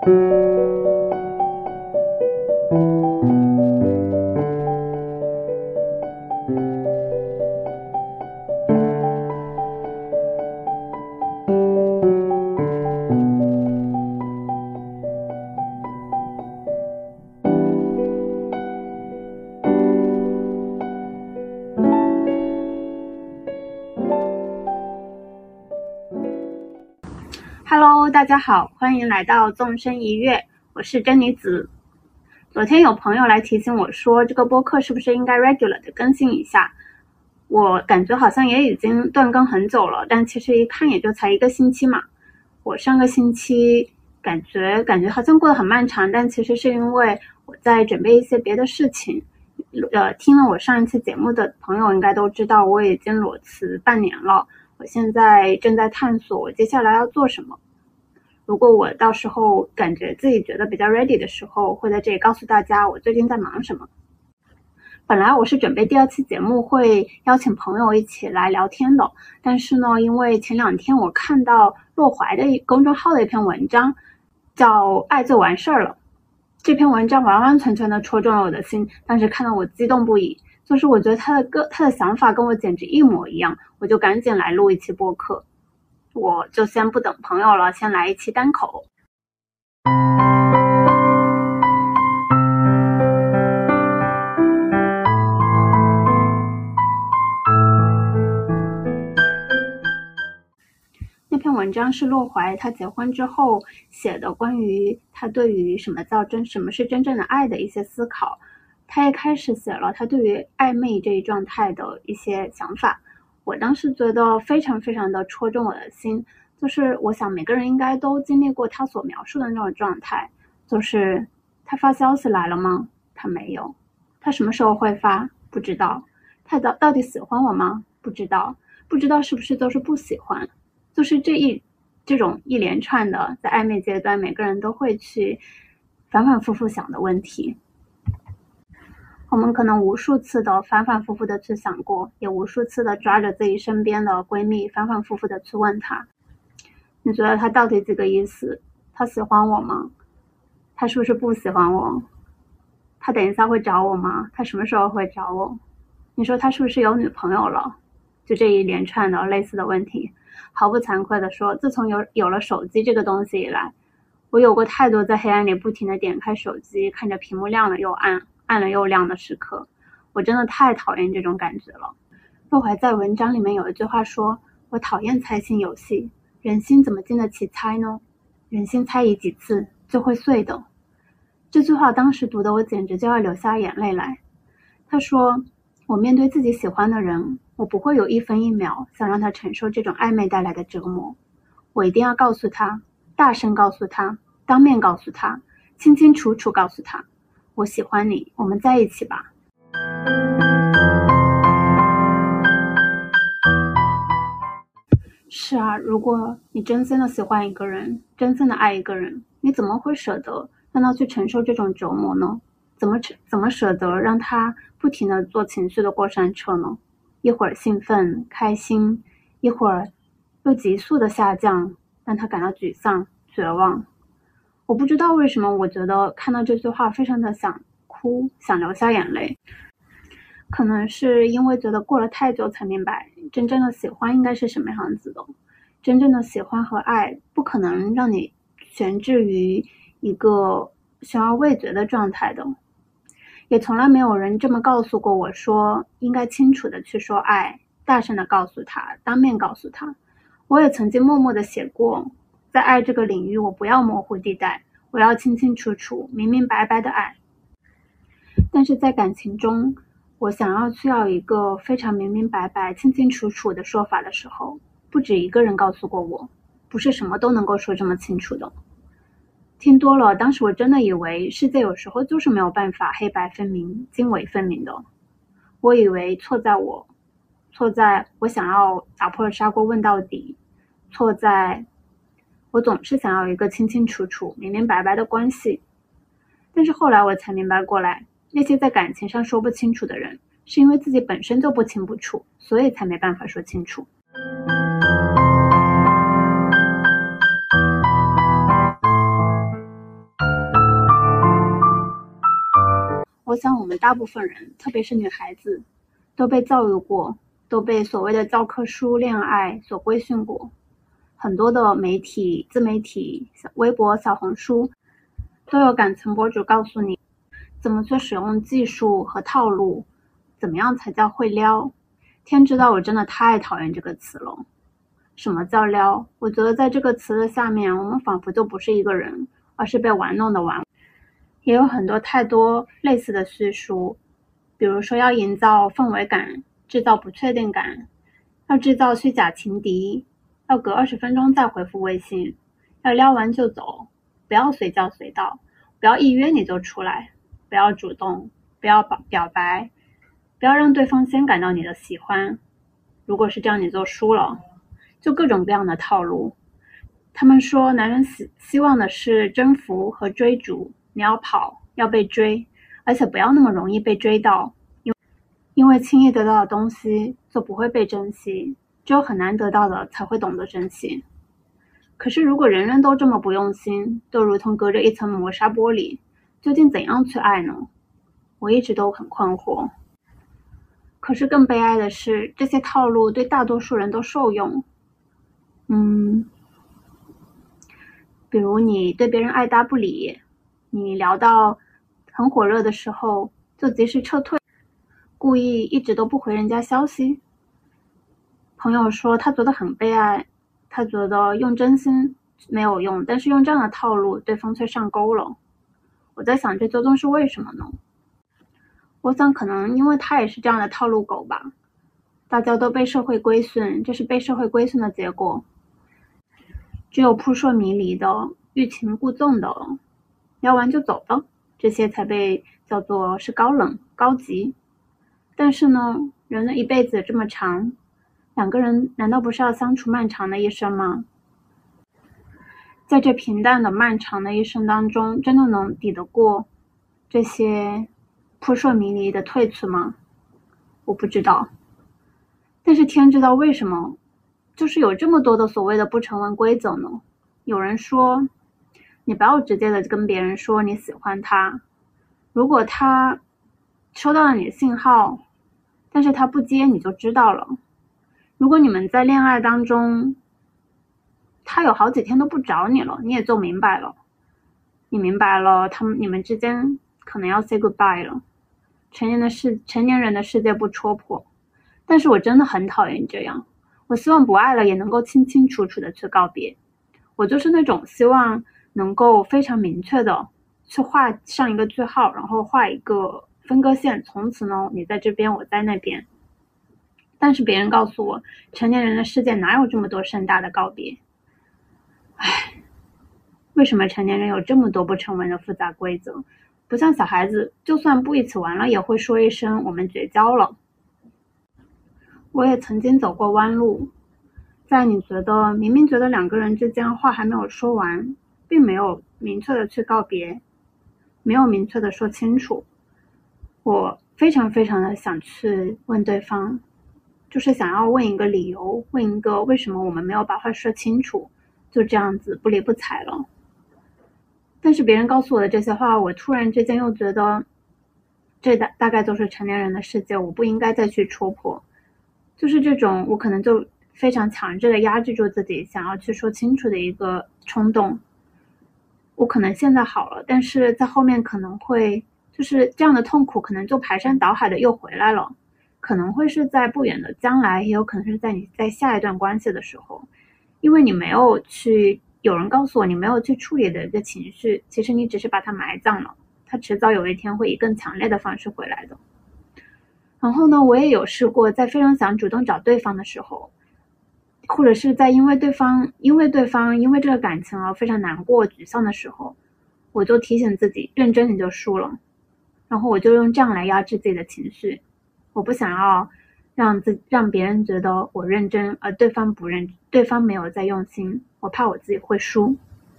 Hello， 大家好，欢迎来到纵身一跃，我是珍妮子。昨天有朋友来提醒我说，这个播客是不是应该 regular 的更新一下？我感觉好像也已经断更很久了，但其实一看也就才1个星期嘛。我上个星期感觉好像过得很漫长，但其实是因为我在准备一些别的事情。听了我上一期节目的朋友应该都知道，我已经裸辞半年了。我现在正在探索我接下来要做什么。如果我到时候感觉自己觉得比较 ready 的时候，会在这里告诉大家我最近在忙什么。本来我是准备第2期节目会邀请朋友一起来聊天的，但是呢，因为前2天我看到洛怀的公众号的一篇文章，叫“爱就完事儿了”。这篇文章完完全全的戳中了我的心，当时看到我激动不已，就是我觉得他的想法跟我简直一模一样，我就赶紧来录一期播客。我就先不等朋友了，先来一期单口。那篇文章是洛怀他结婚之后写的，关于他对于什么是真正的爱的一些思考。他一开始写了他对于暧昧这一状态的一些想法，我当时觉得非常非常的戳中我的心。就是我想每个人应该都经历过他所描述的那种状态，就是他发消息来了吗？他没有。他什么时候会发？不知道。他到底喜欢我吗？不知道。不知道是不是都是不喜欢。就是这种一连串的在暧昧阶段每个人都会去反反复复想的问题。我们可能无数次的反反复复的去想过，也无数次的抓着自己身边的闺蜜反反复复的去问她，你觉得他到底几个意思？他喜欢我吗？他是不是不喜欢我？他等一下会找我吗？他什么时候会找我？你说他是不是有女朋友了？就这一连串的类似的问题。毫不惭愧的说，自从有了手机这个东西以来，我有过太多在黑暗里不停的点开手机，看着屏幕亮了又暗，暗了又亮的时刻。我真的太讨厌这种感觉了。洛怀在文章里面有一句话说，我讨厌猜心游戏，人心怎么经得起猜呢？人心猜疑几次就会碎的。这句话当时读的我简直就要流下眼泪来。他说，我面对自己喜欢的人，我不会有1分1秒想让他承受这种暧昧带来的折磨。我一定要告诉他，大声告诉他，当面告诉他，清清楚楚告诉他，我喜欢你，我们在一起吧。是啊，如果你真心的喜欢一个人，真心的爱一个人，你怎么会舍得让他去承受这种折磨呢？怎么舍得让他不停的坐情绪的过山车呢？一会儿兴奋开心，一会儿又急速的下降，让他感到沮丧绝望。我不知道为什么，我觉得看到这句话非常的想哭，想流下眼泪。可能是因为觉得过了太久才明白真正的喜欢应该是什么样子的。真正的喜欢和爱不可能让你悬置于一个悬而未决的状态的。也从来没有人这么告诉过我，说应该清楚的去说爱，大声的告诉他，当面告诉他。我也曾经默默的写过，在爱这个领域我不要模糊地带，我要清清楚楚明明白白的爱。但是在感情中，我想要需要一个非常明明白白清清楚楚的说法的时候，不止一个人告诉过我，不是什么都能够说这么清楚的。听多了，当时我真的以为世界有时候就是没有办法黑白分明泾渭分明的。我以为错在我想要打破砂锅问到底，错在我总是想要一个清清楚楚明明白白的关系。但是后来我才明白过来，那些在感情上说不清楚的人，是因为自己本身就不清不楚，所以才没办法说清楚。 我想我们大部分人，特别是女孩子，都被教育过，都被所谓的教科书恋爱所规训过。很多的媒体、自媒体、微博、小红书都有感情博主告诉你怎么去使用技术和套路，怎么样才叫会撩。天知道我真的太讨厌这个词了。什么叫撩？我觉得在这个词的下面，我们仿佛就不是一个人，而是被玩弄的玩物。也有太多类似的叙述，比如说要营造氛围感，制造不确定感，要制造虚假情敌，要隔20分钟再回复微信，要撩完就走，不要随叫随到，不要一约你就出来，不要主动，不要表白，不要让对方先感到你的喜欢。如果是这样，你就输了。就各种各样的套路。他们说男人希望的是征服和追逐，你要跑，要被追，而且不要那么容易被追到，因为轻易得到的东西就不会被珍惜，只有很难得到的才会懂得珍惜。可是如果人人都这么不用心，都如同隔着一层磨砂玻璃，究竟怎样去爱呢？我一直都很困惑。可是更悲哀的是，这些套路对大多数人都受用。比如你对别人爱答不理，你聊到很火热的时候就及时撤退，故意一直都不回人家消息。朋友说他觉得很悲哀，他觉得用真心没有用，但是用这样的套路对方却上钩了。我在想这究竟是为什么呢？我想可能因为他也是这样的套路狗吧，大家都被社会规训，这是被社会规训的结果。只有扑朔迷离的、欲擒故纵的、聊完就走的，这些才被叫做是高冷、高级。但是呢，人的一辈子这么长，两个人难道不是要相处漫长的一生吗？在这平淡的漫长的一生当中，真的能抵得过这些扑朔迷离的退去吗？我不知道。但是天知道为什么就是有这么多的所谓的不成文规则呢？有人说，你不要直接的跟别人说你喜欢他，如果他收到了你的信号，但是他不接，你就知道了。如果你们在恋爱当中，他有好几天都不找你了，你也就明白了。你明白了，你们之间可能要 say goodbye 了。成年人的世界不戳破，但是我真的很讨厌这样。我希望不爱了也能够清清楚楚的去告别。我就是那种希望能够非常明确的去画上一个句号，然后画一个分割线，从此呢，你在这边，我在那边。但是别人告诉我，成年人的世界哪有这么多盛大的告别？为什么成年人有这么多不成文的复杂规则？不像小孩子，就算不一起玩了，也会说一声我们绝交了。我也曾经走过弯路，在你明明觉得两个人之间话还没有说完，并没有明确的去告别，没有明确的说清楚，我非常非常的想去问对方，就是想要问一个理由，问一个为什么我们没有把话说清楚，就这样子不理不睬了。但是别人告诉我的这些话，我突然之间又觉得这大概就是成年人的世界，我不应该再去戳破。就是这种我可能就非常强制的压制住自己想要去说清楚的一个冲动。我可能现在好了，但是在后面可能会就是这样的痛苦可能就排山倒海的又回来了，可能会是在不远的将来，也有可能是在你在下一段关系的时候，因为你没有去，有人告诉我你没有去处理的一个情绪，其实你只是把它埋葬了，它迟早有一天会以更强烈的方式回来的。然后呢，我也有试过在非常想主动找对方的时候，或者是在因为这个感情而非常难过沮丧的时候，我就提醒自己认真你就输了，然后我就用这样来压制自己的情绪。我不想要让别人觉得我认真，而对方没有在用心，我怕我自己会输。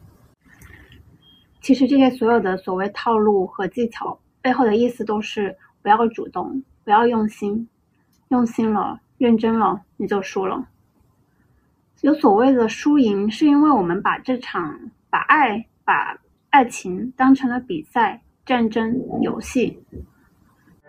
其实这些所有的所谓套路和技巧背后的意思都是不要主动，不要用心，用心了认真了你就输了。有所谓的输赢，是因为我们把爱情当成了比赛、战争、游戏，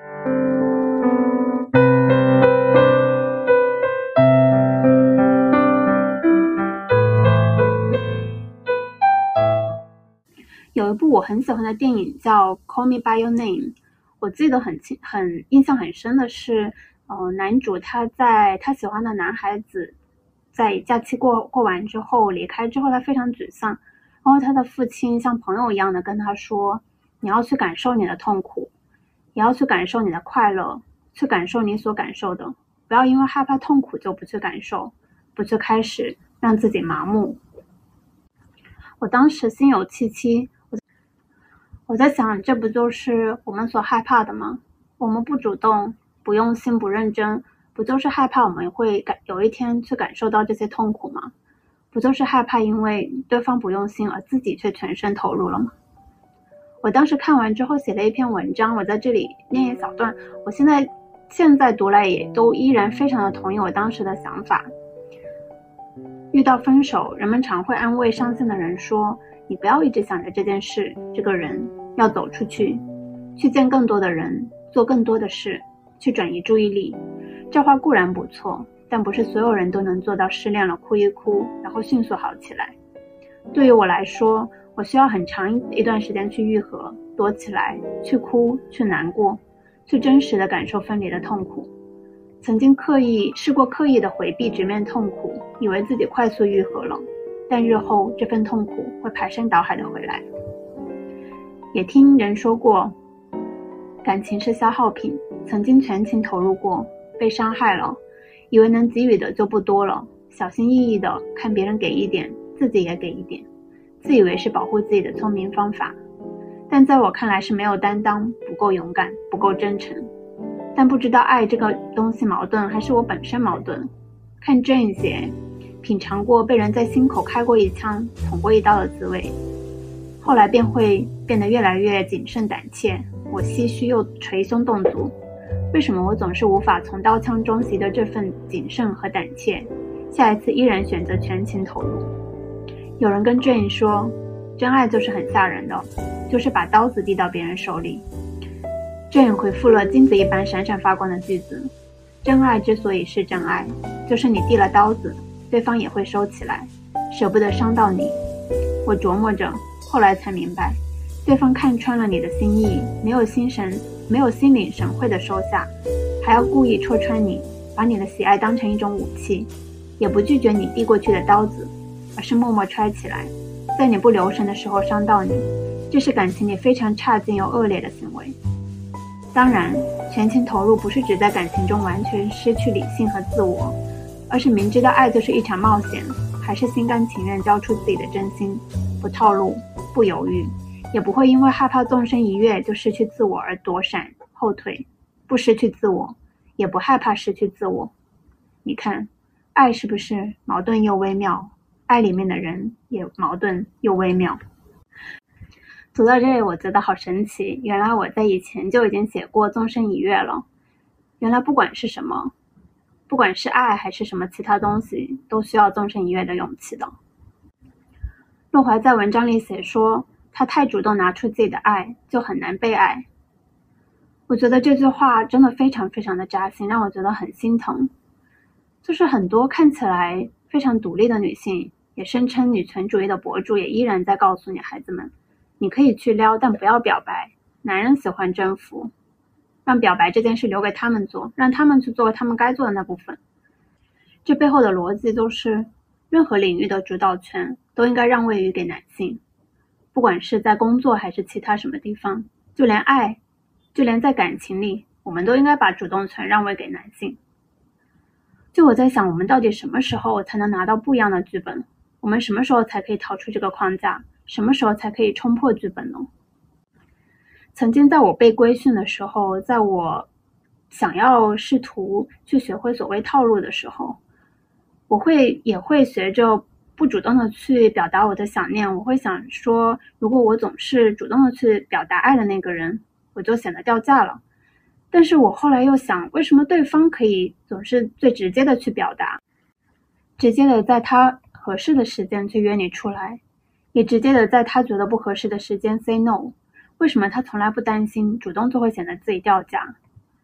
有一部我很喜欢的电影叫《Call Me by Your Name》，我记得很印象很深的是，男主他喜欢的男孩子在假期过完之后离开之后，他非常沮丧，然后他的父亲像朋友一样的跟他说，你要去感受你的痛苦，也要去感受你的快乐，去感受你所感受的，不要因为害怕痛苦就不去感受，不去开始，让自己麻木。我当时心有戚戚，我在想，这不就是我们所害怕的吗？我们不主动、不用心、不认真，不就是害怕我们会有一天去感受到这些痛苦吗？不就是害怕因为对方不用心而自己却全身投入了吗？我当时看完之后写了一篇文章，我在这里念一小段。我现在读来也都依然非常的同意我当时的想法。遇到分手，人们常会安慰伤心的人说，你不要一直想着这件事，这个人，要走出去，去见更多的人，做更多的事，去转移注意力。这话固然不错，但不是所有人都能做到失恋了哭一哭，然后迅速好起来。对于我来说，我需要很长一段时间去愈合，躲起来，去哭，去难过，去真实的感受分离的痛苦。曾经试过刻意的回避直面痛苦，以为自己快速愈合了，但日后这份痛苦会排山倒海的回来。也听人说过，感情是消耗品，曾经全情投入过，被伤害了，以为能给予的就不多了，小心翼翼的看别人给一点，自己也给一点，自以为是保护自己的聪明方法，但在我看来是没有担当，不够勇敢，不够真诚。但不知道爱这个东西矛盾，还是我本身矛盾。看 Jane 写，品尝过被人在心口开过一枪，捅过一刀的滋味，后来便会变得越来越谨慎胆怯。我唏嘘又捶胸顿足，为什么我总是无法从刀枪中习得这份谨慎和胆怯？下一次依然选择全情投入。有人跟 Jane 说，真爱就是很吓人的，就是把刀子递到别人手里。Jane 回复了金子一般闪闪发光的句子，真爱之所以是真爱，就是你递了刀子，对方也会收起来，舍不得伤到你。我琢磨着，后来才明白，对方看穿了你的心意，没有心领神会的收下，还要故意戳穿你，把你的喜爱当成一种武器，也不拒绝你递过去的刀子，而是默默揣起来，在你不留神的时候伤到你。这是感情里非常差劲又恶劣的行为。当然，全情投入不是指在感情中完全失去理性和自我，而是明知道爱就是一场冒险，还是心甘情愿交出自己的真心，不套路，不犹豫，也不会因为害怕纵身一跃就失去自我而躲闪后退，不失去自我，也不害怕失去自我。你看，爱是不是矛盾又微妙？爱里面的人也矛盾又微妙。读到这里，我觉得好神奇，原来我在以前就已经写过纵身一跃了。原来不管是什么，不管是爱还是什么其他东西，都需要纵身一跃的勇气的。洛怀在文章里写说，他太主动拿出自己的爱，就很难被爱。我觉得这句话真的非常非常的扎心，让我觉得很心疼。就是很多看起来非常独立的女性，也声称女权主义的博主，也依然在告诉女孩子们，你可以去撩，但不要表白。男人喜欢征服，让表白这件事留给他们做，让他们去做他们该做的那部分。这背后的逻辑就是，任何领域的主导权都应该让位于给男性，不管是在工作还是其他什么地方，就连在感情里，我们都应该把主动权让位给男性。就我在想，我们到底什么时候才能拿到不一样的剧本？我们什么时候才可以逃出这个框架？什么时候才可以冲破剧本呢？曾经在我被规训的时候，在我想要试图去学会所谓套路的时候，也会学着不主动的去表达我的想念。我会想说，如果我总是主动的去表达爱的那个人，我就显得掉价了。但是我后来又想，为什么对方可以总是最直接的去表达，直接的在他合适的时间去约你出来，也直接的在他觉得不合适的时间 say no？ 为什么他从来不担心主动就会显得自己掉价？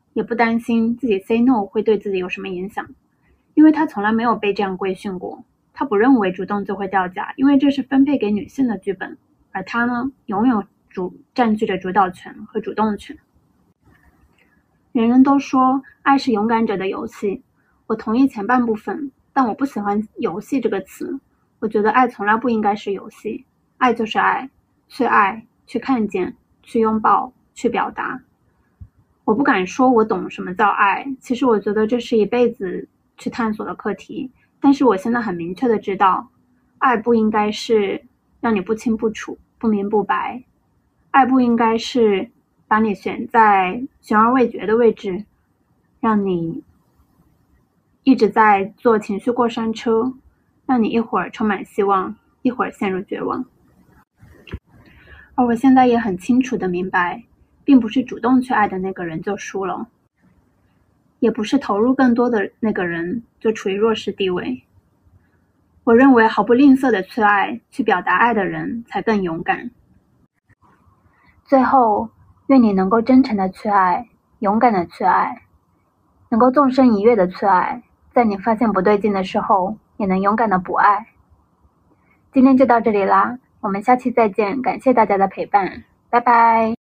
也不担心自己 say no 会对自己有什么影响，因为他从来没有被这样规训过。他不认为主动就会掉价，因为这是分配给女性的剧本，而他呢，永远占据着主导权和主动权。人人都说爱是勇敢者的游戏，我同意前半部分，但我不喜欢游戏这个词。我觉得爱从来不应该是游戏，爱就是爱，去看见，去拥抱，去表达。我不敢说我懂什么叫爱，其实我觉得这是一辈子去探索的课题，但是我现在很明确的知道，爱不应该是让你不清不楚、不明不白，爱不应该是把你选在悬而未决的位置，让你一直在坐情绪过山车，让你一会儿充满希望，一会儿陷入绝望。而我现在也很清楚的明白，并不是主动去爱的那个人就输了，也不是投入更多的那个人就处于弱势地位。我认为毫不吝啬的去爱，去表达爱的人才更勇敢。最后，愿你能够真诚的去爱，勇敢的去爱，能够纵身一跃的去爱，在你发现不对劲的时候，也能勇敢的不爱。今天就到这里啦，我们下期再见，感谢大家的陪伴，拜拜。